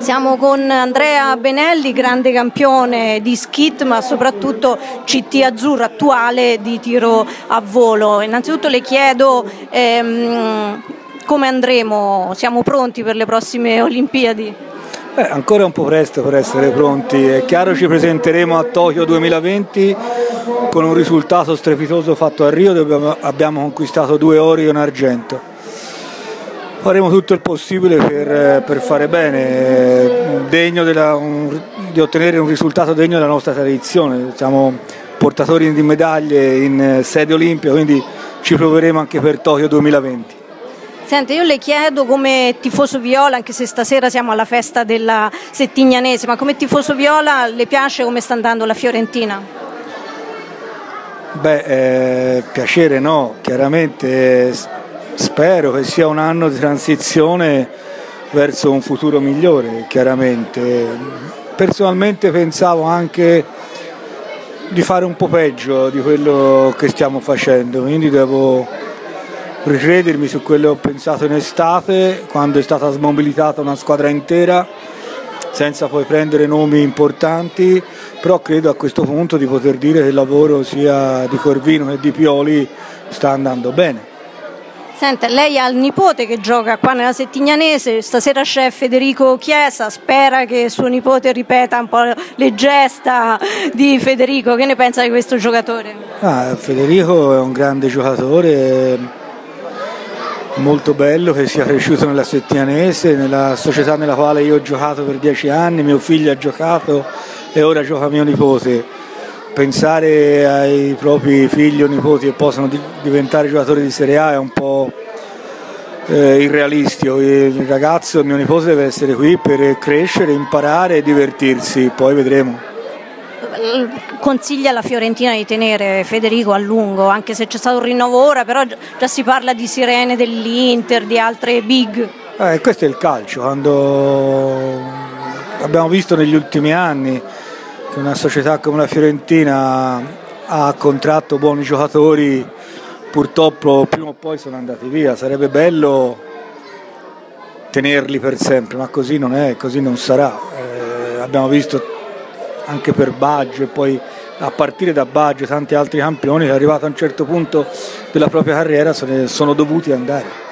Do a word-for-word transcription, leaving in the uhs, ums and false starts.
Siamo con Andrea Benelli, grande campione di skit, ma soprattutto C T azzurro attuale di tiro a volo. Innanzitutto le chiedo ehm, come andremo, siamo pronti per le prossime Olimpiadi? Eh, ancora un po' presto per essere pronti, è chiaro ci presenteremo a Tokyo duemilaventi con un risultato strepitoso fatto a Rio dove abbiamo conquistato due ori e un argento. Faremo tutto il possibile per, per fare bene, degno della, un, di ottenere un risultato degno della nostra tradizione. Siamo portatori di medaglie in sede olimpica, quindi ci proveremo anche per Tokyo duemilaventi. Senta, io le chiedo come tifoso viola, anche se stasera siamo alla festa della Settignanese, ma come tifoso viola le piace come sta andando la Fiorentina? Beh, eh, piacere no, chiaramente spero che sia un anno di transizione verso un futuro migliore, chiaramente. Personalmente pensavo anche di fare un po' peggio di quello che stiamo facendo, quindi devo ricredermi su quello che ho pensato in estate, quando è stata smobilitata una squadra intera, senza poi prendere nomi importanti, però credo a questo punto di poter dire che il lavoro sia di Corvino che di Pioli sta andando bene. Senta, lei ha il nipote che gioca qua nella Settignanese, stasera c'è Federico Chiesa, spera che suo nipote ripeta un po' le gesta di Federico, che ne pensa di questo giocatore? Ah, Federico è un grande giocatore, molto bello che sia cresciuto nella Settignanese, nella società nella quale io ho giocato per dieci anni, mio figlio ha giocato e ora gioca mio nipote. Pensare ai propri figli o nipoti che possano di- diventare giocatori di Serie A è un po' eh, irrealistico. Il ragazzo, il mio nipote, deve essere qui per crescere, imparare e divertirsi, poi vedremo. Consiglia alla Fiorentina di tenere Federico a lungo, anche se c'è stato un rinnovo ora, però già si parla di sirene dell'Inter, di altre big. Eh, questo è il calcio, quando abbiamo visto negli ultimi anni che una società come la Fiorentina ha contratto buoni giocatori, purtroppo prima o poi sono andati via. Sarebbe bello tenerli per sempre, ma così non è, così non sarà. Eh, abbiamo visto anche per Baggio e poi a partire da Baggio tanti altri campioni che arrivati a un certo punto della propria carriera sono, sono dovuti andare.